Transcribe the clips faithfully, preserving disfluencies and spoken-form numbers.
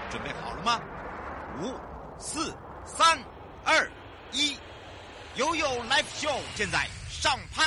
准备好了吗？五、四、三、二、一，悠悠 Live Show 现在上拍。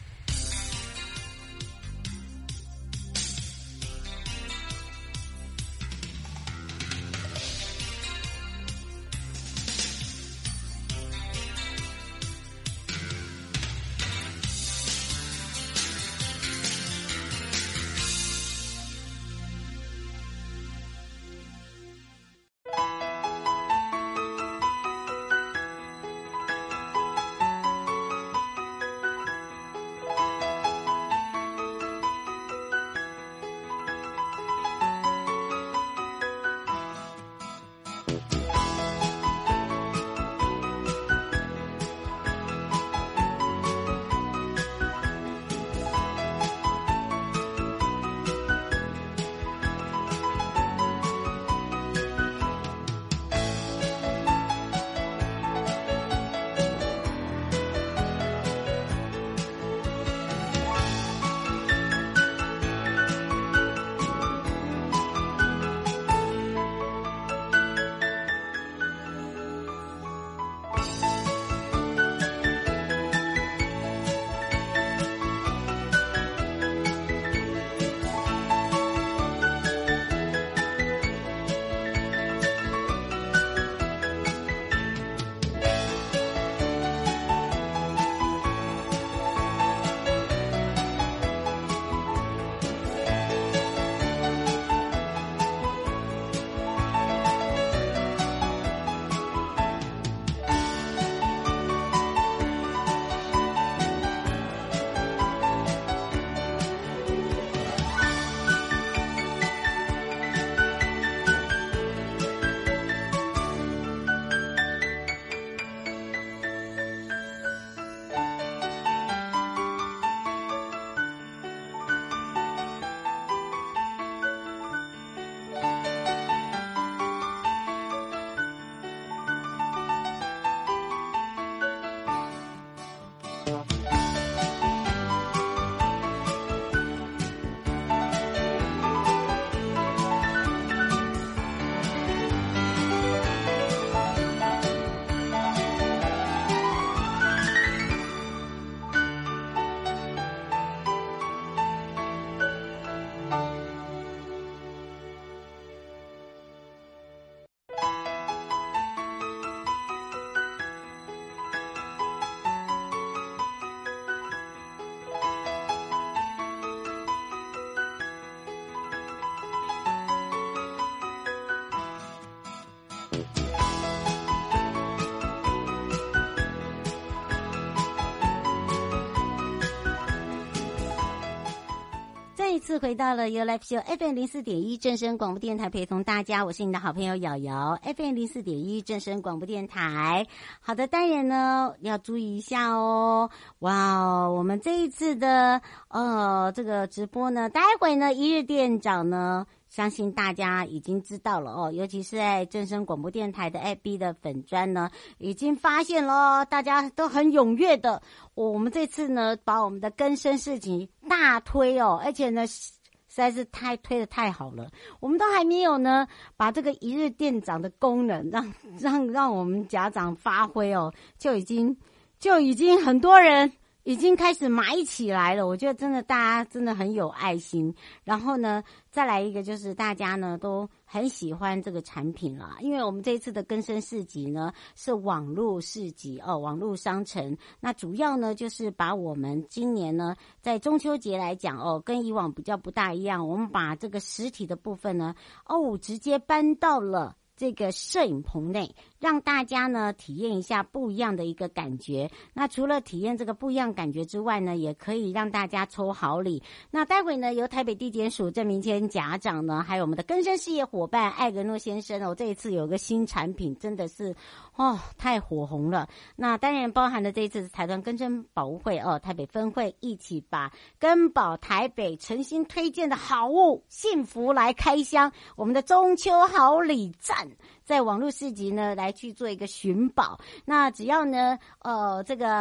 再一次回到了 Your Life Show F M 零四点一正声广播电台，陪同大家，我是你的好朋友瑶瑶 F M 零四点一正声广播电台。好的，当然呢要注意一下哦。哇，我们这一次的呃这个直播呢，待会呢一日店长呢，相信大家已经知道了哦，尤其是在正声广播电台的 F B 的粉专呢，已经发现了，大家都很踊跃的。我们这次呢，把我们的更生事情大推哦，而且呢，实在是太推得太好了。我们都还没有呢，把这个一日店长的功能让让让我们家长发挥哦，就已经就已经很多人已经开始买起来了。我觉得真的大家真的很有爱心。然后呢，再来一个就是大家呢都很喜欢这个产品啦，因为我们这一次的更生市集呢是网络市集哦，网络商城。那主要呢就是把我们今年呢在中秋节来讲哦，跟以往比较不大一样，我们把这个实体的部分呢哦直接搬到了这个摄影棚内，让大家呢体验一下不一样的一个感觉。那除了体验这个不一样感觉之外呢，也可以让大家抽好礼。那待会呢，由台北地检署郑明谦甲长呢，还有我们的更生事业伙伴艾格诺先生哦，这一次有个新产品，真的是哦太火红了。那当然包含了这一次财团更生保护会哦，台北分会一起把更保台北诚心推荐的好物幸福来开箱，我们的中秋好礼站。在网络市集呢来去做一个寻宝，那只要呢呃这个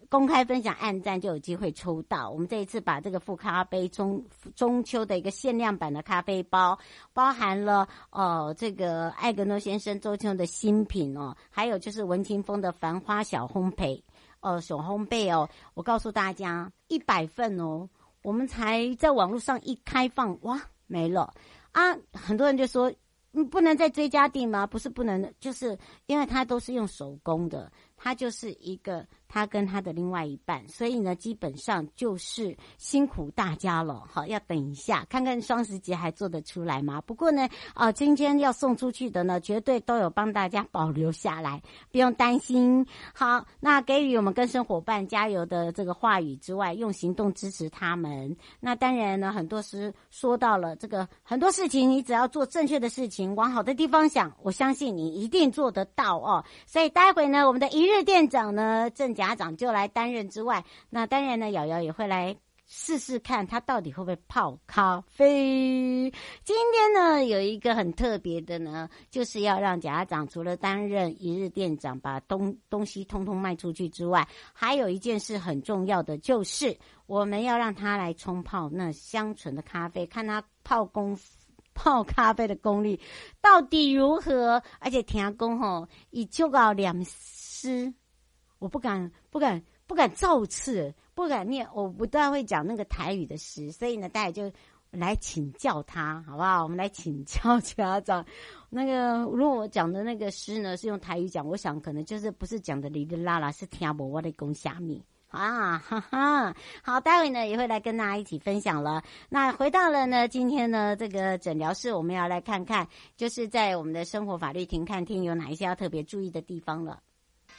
公开分享按赞就有机会抽到。我们这一次把这个富咖啡中中秋的一个限量版的咖啡包，包含了呃这个艾格诺先生周秋的新品哦，还有就是文青风的繁花小烘焙哦，小烘焙哦，我告诉大家一百份哦，我们才在网络上一开放哇没了啊，很多人就说嗯不能再追加订吗？不是不能，就是因为它都是用手工的，它就是一个他跟他的另外一半，所以呢基本上就是辛苦大家了。好，要等一下看看双十节还做得出来吗？不过呢啊、呃，今天要送出去的呢绝对都有帮大家保留下来，不用担心。好，那给予我们更生伙伴加油的这个话语之外，用行动支持他们。那当然呢很多时说到了这个很多事情，你只要做正确的事情，往好的地方想，我相信你一定做得到哦。所以待会呢我们的一日店长呢郑家长就来担任之外，那当然呢瑶瑶也会来试试看他到底会不会泡咖啡。今天呢有一个很特别的呢，就是要让贾长除了担任一日店长把东东西通通卖出去之外，还有一件事很重要的，就是我们要让他来冲泡那香醇的咖啡，看他泡功夫泡咖啡的功力到底如何。而且听说吼以就搞两诗，我不敢不敢不敢造次，不敢念，我不大会讲那个台语的诗，所以呢大家就来请教他好不好？我们来请教家长。那个如果我讲的那个诗呢是用台语讲，我想可能就是不是讲的哩哩啦啦，是听不我在讲虾米啊，哈哈。好，待会呢也会来跟大家一起分享了。那回到了呢今天呢这个诊疗室，我们要来看看就是在我们的生活法律庭看厅有哪一些要特别注意的地方了。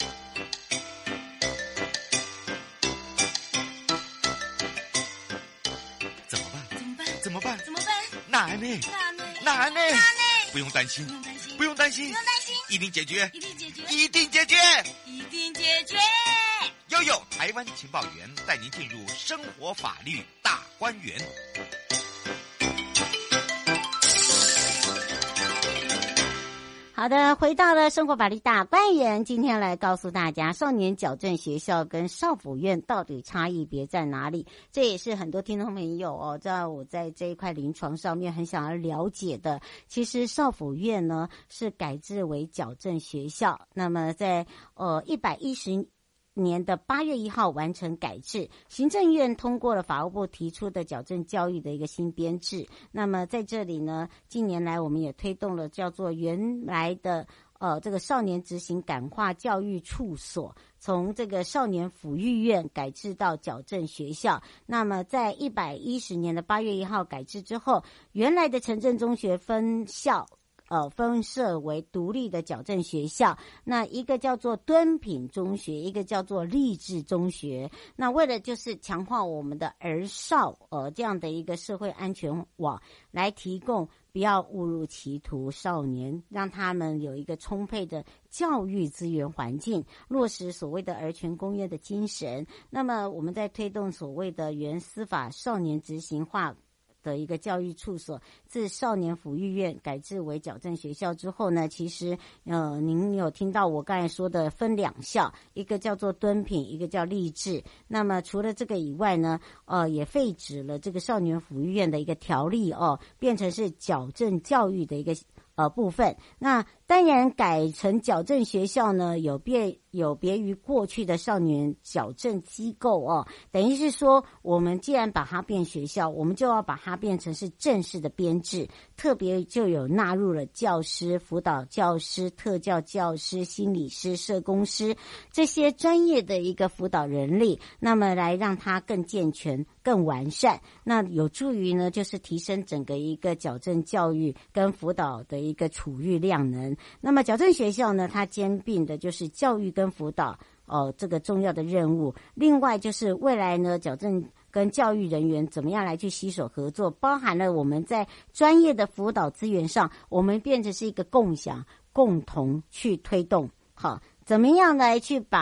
怎么办？怎么办？怎么办？ 怎么办？ 难呢？ 难呢？ 难呢？ 难呢？ 不用担心， 不用担心， 不用担心， 不用担心， 一定解决， 一定解决， 一定解决， 一定解决。 悠悠台湾情报员带您进入生活法律大观园。 好的，回到了生活法律大观园，今天来告诉大家少年矫正学校跟少辅院到底差异别在哪里。这也是很多听众朋友哦，在我在这一块临床上面很想要了解的。其实少辅院呢是改制为矫正学校，那么在呃一百一十年的八月一号完成改制，行政院通过了法务部提出的矫正教育的一个新编制。那么在这里呢，近年来我们也推动了叫做原来的呃这个少年执行感化教育处所，从这个少年抚育院改制到矫正学校。那么在一百一十年的八月一号改制之后，原来的城镇中学分校呃，分设为独立的矫正学校，那一个叫做敦品中学，一个叫做励志中学。那为了就是强化我们的儿少呃这样的一个社会安全网，来提供不要误入歧途少年，让他们有一个充沛的教育资源环境，落实所谓的儿权公约的精神。那么我们在推动所谓的原司法少年执行化的一个教育处所，自少年抚育院改制为矫正学校之后呢，其实呃，您有听到我刚才说的分两校，一个叫做敦品，一个叫励志。那么除了这个以外呢，呃，也废止了这个少年抚育院的一个条例哦，变成是矫正教育的一个呃部分。那当然改成矫正学校呢，有别有别于过去的少年矫正机构哦，等于是说我们既然把它变学校，我们就要把它变成是正式的编制，特别就有纳入了教师、辅导教师、特教教师、心理师、社工师这些专业的一个辅导人力，那么来让它更健全、更完善，那有助于呢就是提升整个一个矫正教育跟辅导的一个处遇量能。那么矫正学校呢，它兼并的就是教育跟辅导哦这个重要的任务。另外就是未来呢，矫正跟教育人员怎么样来去携手合作，包含了我们在专业的辅导资源上，我们变成是一个共享、共同去推动。好，怎么样来去把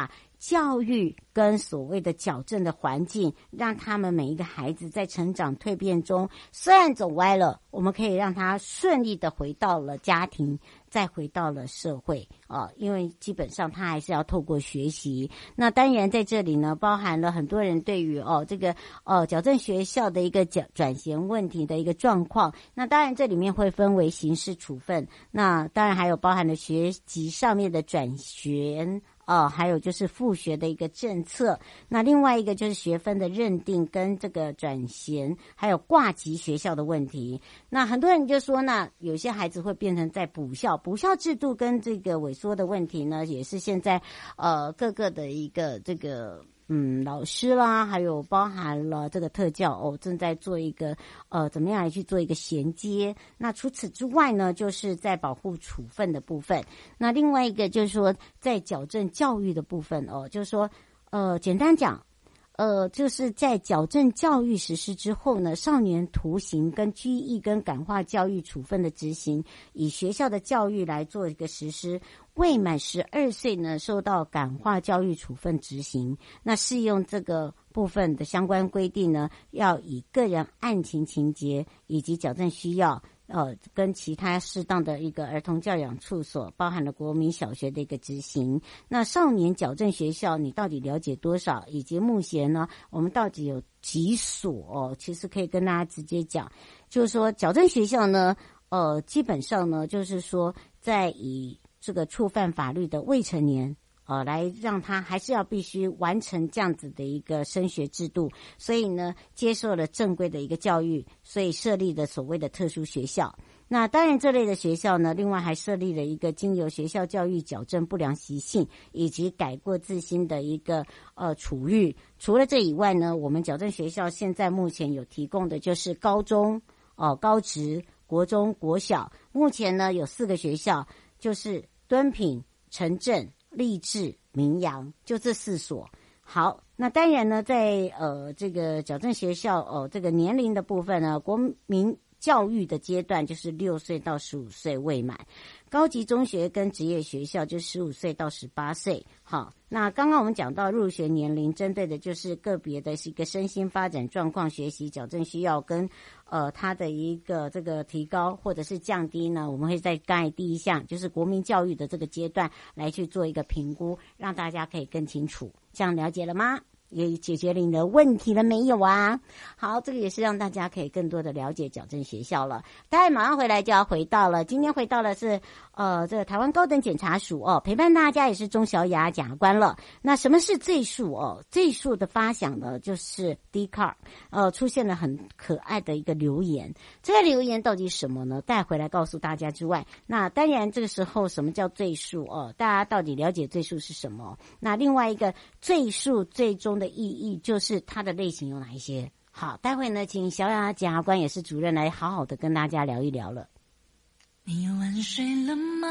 教育跟所谓的矫正的环境，让他们每一个孩子在成长蜕变中，虽然走歪了，我们可以让他顺利的回到了家庭，再回到了社会啊，因为基本上他还是要透过学习。那当然在这里呢，包含了很多人对于哦这个哦矫正学校的一个转转衔问题的一个状况。那当然这里面会分为刑事处分，那当然还有包含了学籍上面的转衔。哦，还有就是复学的一个政策，那另外一个就是学分的认定跟这个转衔，还有挂级学校的问题。那很多人就说呢，有些孩子会变成在补校，补校制度跟这个萎缩的问题呢，也是现在呃各个的一个这个。嗯，老师啦，还有包含了这个特教哦，正在做一个呃，怎么样来去做一个衔接。那除此之外呢，就是在保护处分的部分。那另外一个就是说，在矫正教育的部分哦，就是说，呃，简单讲。呃，就是在矫正教育实施之后呢，少年徒刑跟拘役跟感化教育处分的执行，以学校的教育来做一个实施。未满十二岁呢，受到感化教育处分执行。那适用这个部分的相关规定呢，要以个人案情情节以及矫正需要。呃，跟其他适当的一个儿童教养处所，包含了国民小学的一个执行。那少年矫正学校，你到底了解多少？以及目前呢，我们到底有几所？哦，其实可以跟大家直接讲，就是说矫正学校呢，呃，基本上呢，就是说在以这个触犯法律的未成年。呃，来让他还是要必须完成这样子的一个升学制度，所以呢，接受了正规的一个教育，所以设立的所谓的特殊学校。那当然这类的学校呢，另外还设立了一个经由学校教育矫正不良习性以及改过自新的一个呃处遇。除了这以外呢，我们矫正学校现在目前有提供的就是高中、哦、呃、高职、国中、国小，目前呢有四个学校，就是敦品、诚正、励志、明阳，就这四所。好，那当然呢，在呃这个矫正学校哦、呃、这个年龄的部分呢，国民教育的阶段就是六岁到十五岁未满，高级中学跟职业学校就十五岁到十八岁。好，那刚刚我们讲到入学年龄，针对的就是个别的是一个身心发展状况、学习矫正需要跟呃他的一个这个提高或者是降低呢，我们会在刚才第一项就是国民教育的这个阶段来去做一个评估，让大家可以更清楚。这样了解了吗？也解决了你的问题了没有啊？好，这个也是让大家可以更多的了解矫正学校了。当然马上回来就要回到了，今天回到了是呃这个台湾高等检察署哦，陪伴大家也是钟小雅检察官了。那什么是罪数哦？罪数的发想呢，就是 Dcard 呃出现了很可爱的一个留言，这个留言到底什么呢？带回来告诉大家之外，那当然这个时候什么叫罪数哦？大家到底了解罪数是什么？那另外一个罪数最终的意义就是它的类型有哪一些？好，待会呢，请小雅检察官也是主任来好好的跟大家聊一聊了。 你晚睡了吗？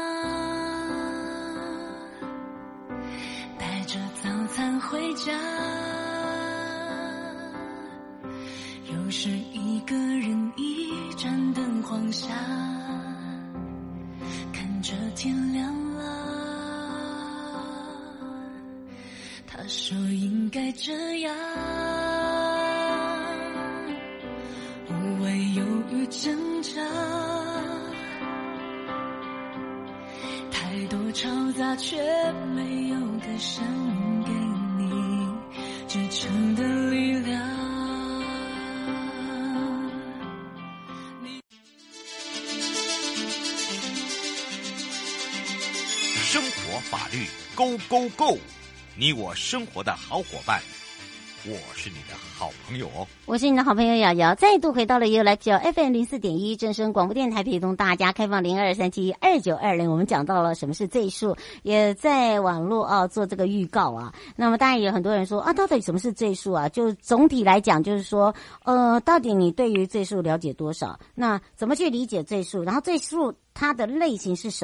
带着早餐回家，又是一个人一盏灯晃下，看着天亮了，他说应该这样，无谓犹豫挣扎，太多嘈杂却没有个声音给你支撑的力量。 生活法律 Go Go Go， 你我生活的好伙伴，我是你的好朋友哦。 我是你的好朋友瑶瑶，再度回到了 YouLifeShow F M 零四点一正声广播电台，陪同大家开放零二三七二九二零。我们讲到了什么是罪数，也在网络啊做这个预告啊。那么当然也有很多人说啊，到底什么是罪数啊？就总体来讲，就是说，呃，到底你对于罪数了解多少？那怎么去理解罪数？然后罪数它的类型是什么？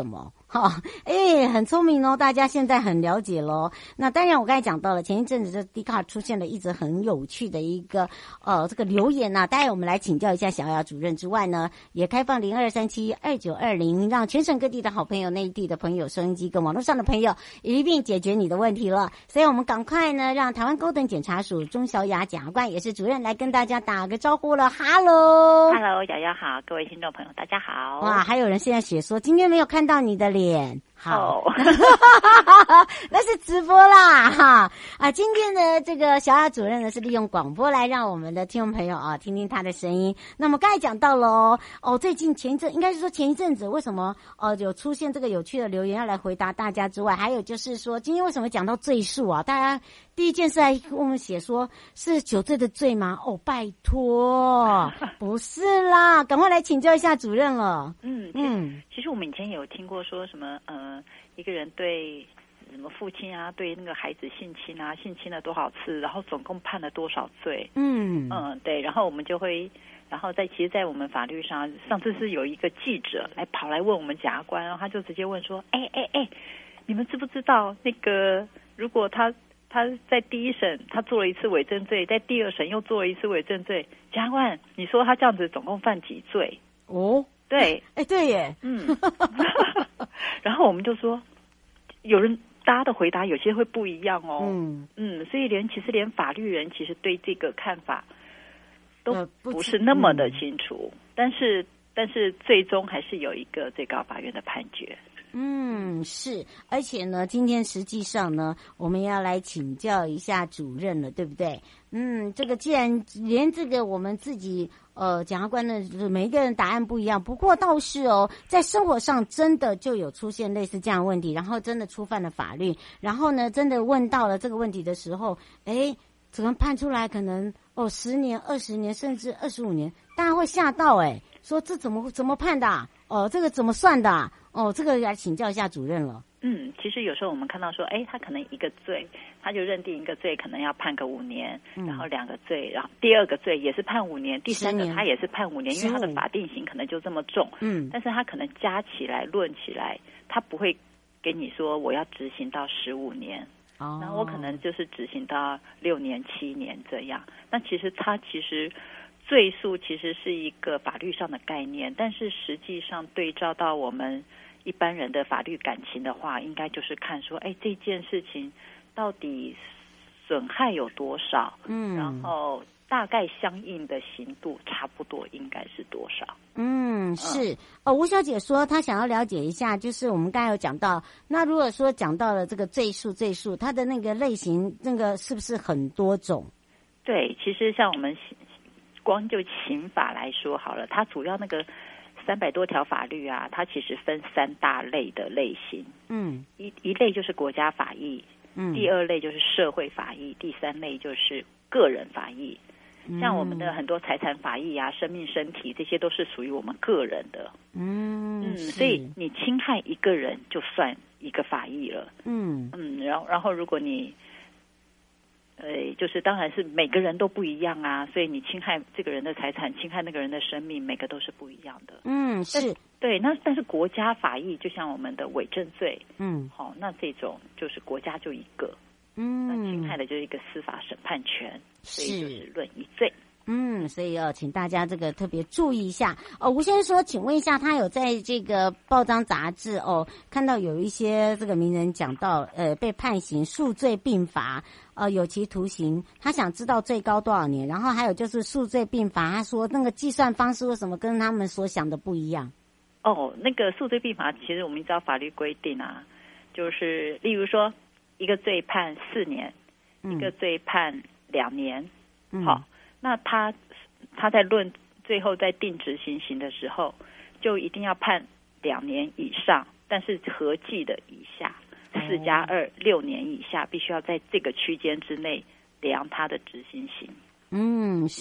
好、哦，哎，很聪明哦，大家现在很了解咯。那当然，我刚才讲到了，前一阵子这 Dcard 出现了一则很有趣的一个呃这个留言呐、啊，待会我们来请教一下小雅主任之外呢，也开放零二三七二九二零，让全省各地的好朋友、内地的朋友、收音机跟网络上的朋友一并解决你的问题了。所以我们赶快呢，让台湾高等检察署钟小雅检察官也是主任来跟大家打个招呼了。Hello，Hello， 瑶瑶好，各位听众朋友大家好。 哇，还有人现在写说今天没有看到你的脸。好， 哦、 那是直播啦哈啊！今天的这个小雅主任呢是利用广播来让我们的听众朋友啊听听他的声音。那么刚才讲到了哦，哦最近前一阵应该是说前一阵子为什么呃有出现这个有趣的留言要来回答大家之外，还有就是说今天为什么讲到罪数啊？大家第一件事来跟我们写说是酒醉的醉吗？哦，拜托，不是啦，赶快来请教一下主任了。 嗯嗯，其实我们以前也有听过说什么呃。一个人对什么父亲啊，对那个孩子性侵啊，性侵了多少次，然后总共判了多少罪？嗯嗯，对，然后我们就会，然后在其实，在我们法律上，上次是有一个记者来跑来问我们检察官，然后他就直接问说：“哎哎哎，你们知不知道那个如果他他在第一审他做了一次伪证罪，在第二审又做了一次伪证罪，检察官，你说他这样子总共犯几罪？”哦。对， 哎，对耶， 嗯，然后我们就说，有人大家的回答有些会不一样哦，嗯嗯，所以连其实连法律人其实对这个看法都不是那么的清楚，呃嗯、但是但是最终还是有一个最高法院的判决。 嗯，是，而且呢，今天实际上呢，我们要来请教一下主任了，对不对？嗯，这个既然连这个我们自己呃检察官的每一个人答案不一样，不过倒是哦，在生活上真的就有出现类似这样的问题，然后真的触犯了法律，然后呢，真的问到了这个问题的时候，哎，怎么判出来可能哦十年、二十年甚至二十五年，大家会吓到哎，说这怎么怎么判的、啊？哦，这个怎么算的、啊？哦，这个来请教一下主任了。 嗯，其实有时候我们看到说，哎，他可能一个罪，他就认定一个罪可能要判个五年，嗯、然后两个罪，然后第二个罪也是判五年，第三个他也是判五年，因为他的法定刑可能就这么重，嗯，但是他可能加起来论起来，他不会给你说我要执行到十五年，哦，然后我可能就是执行到六年、七年这样。那其实他其实罪数其实是一个法律上的概念，但是实际上对照到我们一般人的法律感情的话，应该就是看说，哎，这件事情到底损害有多少，嗯，然后大概相应的刑度差不多应该是多少？ 嗯，是、嗯、哦。吴小姐说她想要了解一下，就是我们刚才有讲到，那如果说讲到了这个罪数，罪数它的那个类型，那个是不是很多种？ 对，其实像我们光就刑法来说好了，它主要那个三百多条法律啊，它其实分三大类的类型。嗯，一一类就是国家法益，嗯，第二类就是社会法益，第三类就是个人法益。像我们的很多财产法益啊、生命、身体，这些都是属于我们个人的。嗯嗯，所以你侵害一个人就算一个法益了。嗯嗯，然后然后如果你呃，就是当然是每个人都不一样啊，所以你侵害这个人的财产，侵害那个人的生命，每个都是不一样的。嗯，是对。那但是国家法益，就像我们的伪证罪，嗯，好、哦，那这种就是国家就一个，嗯，那侵害的就是一个司法审判权，所以就是论一罪。 嗯，所以哦，请大家这个特别注意一下哦。吴先生说，请问一下，他有在这个报章杂志哦看到有一些这个名人讲到，呃，被判刑数罪并罚，呃，有期徒刑，他想知道最高多少年。然后还有就是数罪并罚，他说那个计算方式为什么跟他们所想的不一样？ 哦，那个数罪并罚，其实我们知道法律规定啊，就是例如说一个罪判四年，嗯、一个罪判两年，嗯、好。那他他在论最后在定执行刑的时候，就一定要判两年以上，但是合计的以下，四加二六年以下，必须要在这个区间之内量他的执行刑。 嗯，是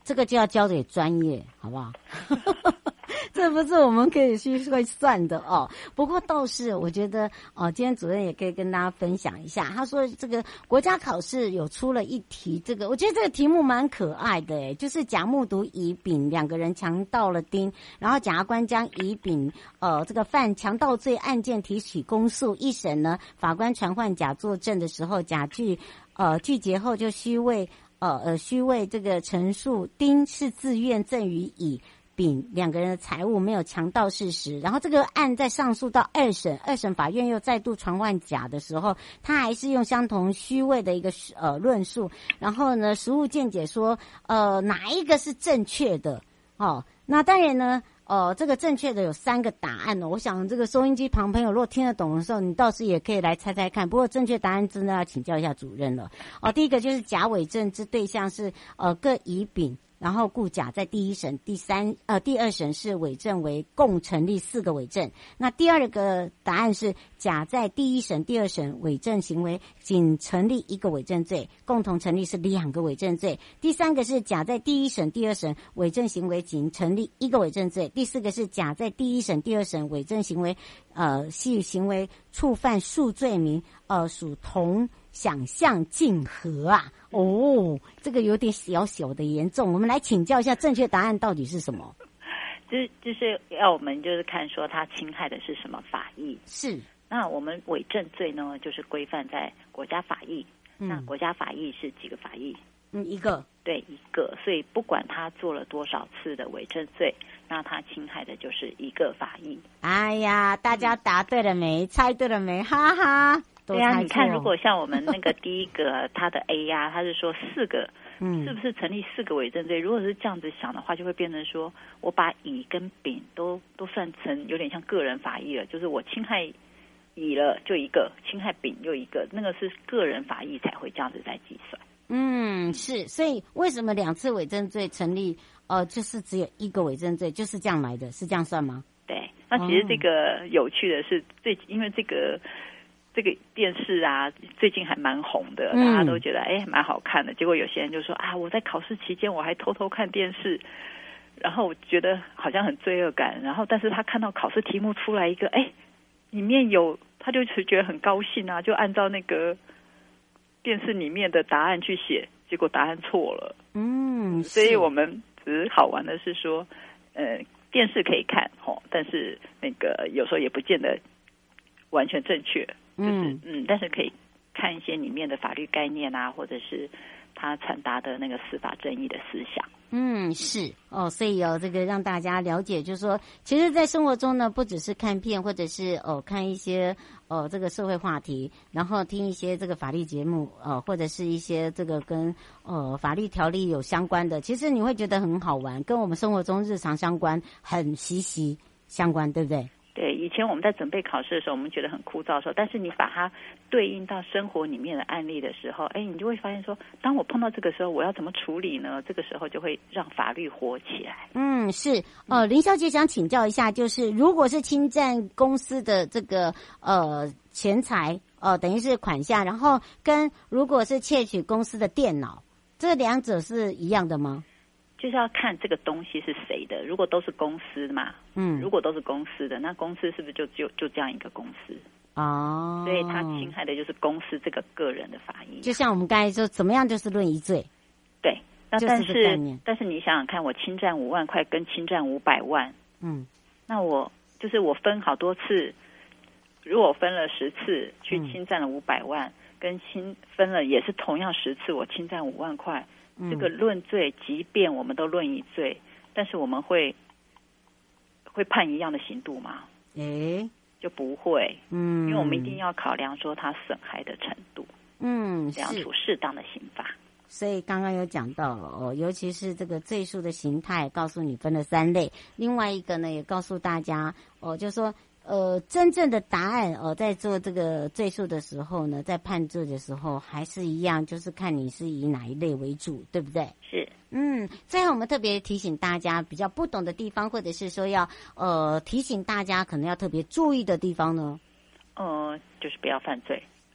这个就要交给专业，好不好？这不是我们可以去会算的哦。不过倒是我觉得哦，今天主任也可以跟大家分享一下。他说这个国家考试有出了一题，这个我觉得这个题目蛮可爱的诶，就是甲木渎乙丙两个人强盗了丁，然后检察官将乙丙呃这个犯强盗罪案件提起公诉，一审呢法官传唤甲作证的时候，甲拒呃拒绝后就虚伪呃呃虚伪这个陈述丁是自愿赠与乙。丙两个人的财物没有强盗事实，然后这个案在上诉到二审，二审法院又再度传唤甲的时候，他还是用相同虚伪的一个呃论述，然后呢，实务见解说，呃，哪一个是正确的？哦，那当然呢，呃，这个正确的有三个答案哦。我想这个收音机旁朋友如果听得懂的时候，你倒是也可以来猜猜看。不过正确答案真的要请教一下主任了。哦，第一个就是甲伪证之对象是呃各乙丙。然后故甲在第一审、第三呃第二审是伪证为共成立四个伪证。那第二个答案是甲在第一审、第二审伪证行为仅成立一个伪证罪，共同成立是两个伪证罪。第三个是甲在第一审、第二审伪证行为仅成立一个伪证罪。第四个是甲在第一审、第二审伪证行为呃系行为触犯数罪名，呃属同想象竞合啊。哦，这个有点小小的严重，我们来请教一下正确答案到底是什么？ 就是就是要我们就是看说他侵害的是什么法益。 是， 那我们伪证罪呢，就是规范在国家法益。嗯、那国家法益是几个法益？ 嗯，一个。 对，一个。所以不管他做了多少次的伪证罪，那他侵害的就是一个法益。 哎呀，大家答对了没？猜对了没？哈哈。 对啊，你看，如果像我们那个第一个他的 A 呀、啊，他是说四个，嗯，是不是成立四个伪证罪？如果是这样子想的话，就会变成说我把乙跟丙都都算成有点像个人法益了，就是我侵害乙了就一个，侵害丙就一个，那个是个人法益才会这样子在计算。 嗯，是，所以为什么两次伪证罪成立，呃，就是只有一个伪证罪，就是这样来的，是这样算吗？ 对，那其实这个有趣的是，最因为这个。这个电视啊，最近还蛮红的，大家都觉得哎蛮好看的。结果有些人就说啊，我在考试期间我还偷偷看电视，然后我觉得好像很罪恶感。然后，但是他看到考试题目出来一个，哎，里面有，他就觉得很高兴啊，就按照那个电视里面的答案去写，结果答案错了。嗯，所以我们只是好玩的是说，呃，电视可以看吼，但是那个有时候也不见得完全正确。就是、嗯, 嗯，但是可以看一些里面的法律概念啊，或者是他传达的那个司法正义的思想。 嗯，是哦，所以哦，这个让大家了解，就是说，其实，在生活中呢，不只是看片，或者是哦看一些哦这个社会话题，然后听一些这个法律节目，呃，或者是一些这个跟呃法律条例有相关的，其实你会觉得很好玩，跟我们生活中日常相关，很息息相关，对不对？ 对，以前我们在准备考试的时候，我们觉得很枯燥的时候，但是你把它对应到生活里面的案例的时候，哎，你就会发现说，当我碰到这个时候，我要怎么处理呢？这个时候就会让法律活起来。 嗯，是。呃，林小姐想请教一下，就是如果是侵占公司的这个呃钱财，呃，等于是款项，然后跟如果是窃取公司的电脑，这两者是一样的吗？ 就是要看这个东西是谁的，如果都是公司嘛，嗯，如果都是公司的，那公司是不是就就就这样一个公司？哦，所以他侵害的就是公司这个个人的法益。 就像我们刚才说，怎么样就是论一罪。 对，那但是、 就是、 但是你想想看，我侵占五万块跟侵占五百万，嗯，那我就是我分好多次，如果我分了十次去侵占了五百万，嗯、跟侵分了也是同样十次，我侵占五万块。这个论罪，即便我们都论一罪，但是我们会会判一样的刑度吗？诶，就不会，嗯，因为我们一定要考量说它损害的程度，嗯，量处适当的刑罚。 所以刚刚有讲到哦，尤其是这个罪数的形态，告诉你分了三类。另外一个呢，也告诉大家哦，就是说。呃，真正的答案，呃，在做这个罪诉的时候呢，在判罪的时候还是一样，就是看你是以哪一类为主，对不对？ 是。 嗯，最后我们特别提醒大家比较不懂的地方，或者是说要呃提醒大家可能要特别注意的地方呢？ 呃，就是不要犯罪。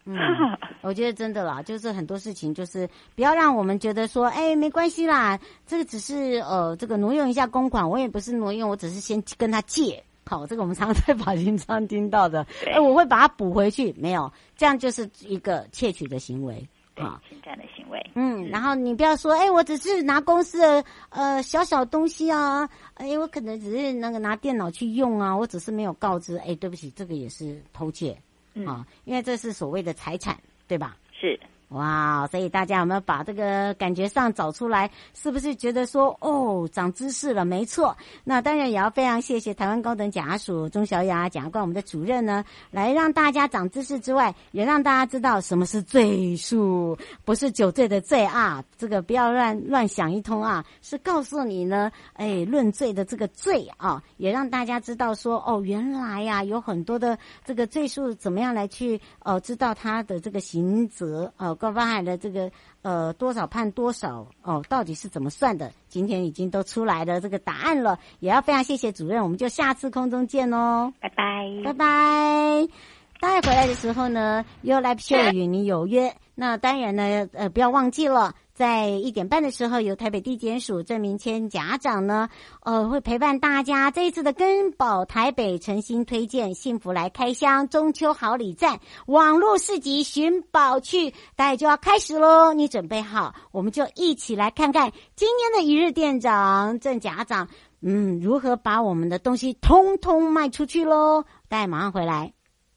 嗯，我觉得真的啦，就是很多事情就是不要让我们觉得说，哎，没关系啦，这个只是呃，这个挪用一下公款，我也不是挪用，我只是先跟他借。好，这个我们常常在法庭上听到的，哎，我会把它补回去，没有，这样就是一个窃取的行为。 啊，侵占的行为。 嗯，然后你不要说，哎，我只是拿公司的呃小小东西啊，哎，我可能只是那个拿电脑去用啊，我只是没有告知，哎，对不起，这个也是偷窃，嗯、啊，因为这是所谓的财产，对吧？ 是。 哇，所以大家有没有把这个感觉上找出来？是不是觉得说哦，长知识了？没错。那当然也要非常谢谢台湾高等检察署钟小雅检察官我们的主任呢，来让大家长知识之外，也让大家知道什么是罪数，不是酒醉的罪啊，这个不要乱乱想一通啊，是告诉你呢，哎，论罪的这个罪啊，也让大家知道说哦，原来呀、啊、有很多的这个罪数怎么样来去呃知道他的这个刑责呃。高法海的这个呃多少判多少哦，到底是怎么算的？今天已经都出来了这个答案了，也要非常谢谢主任，我们就下次空中见哦， 拜拜， 拜拜。大家回来的时候呢 ，You Live Show 与你有约。那当然呢，呃，不要忘记了，在一点半的时候，由台北地检署郑明谦检长呢，呃，会陪伴大家这一次的根宝台北诚心推荐幸福来开箱中秋好礼赞网络市集寻宝去，大概就要开始喽。你准备好，我们就一起来看看今天的一日店长郑检长，嗯，如何把我们的东西通通卖出去喽。大家马上回来。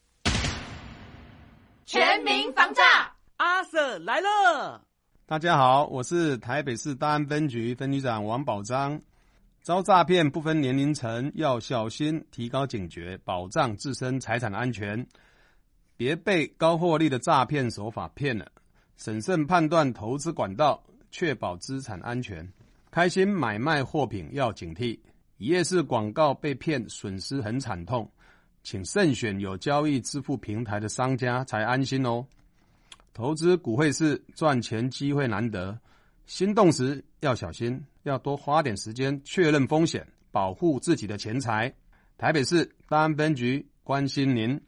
全民防诈，阿 Sir 来了！ 大家好，我是台北市大安分局分局长王宝章。遭诈骗不分年龄层，要小心，提高警觉，保障自身财产安全，别被高获利的诈骗手法骗了。审慎判断投资管道，确保资产安全。开心买卖货品要警惕，一页式广告被骗，损失很惨痛。请慎选有交易支付平台的商家才安心哦。投资股汇市赚钱机会难得，心动时要小心，要多花点时间确认风险，保护自己的钱财。台北市大安分局关心您。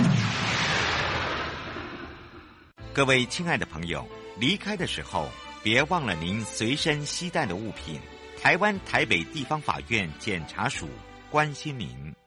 各位亲爱的朋友，离开的时候别忘了您随身携带的物品。台湾台北地方法院检察署关心您。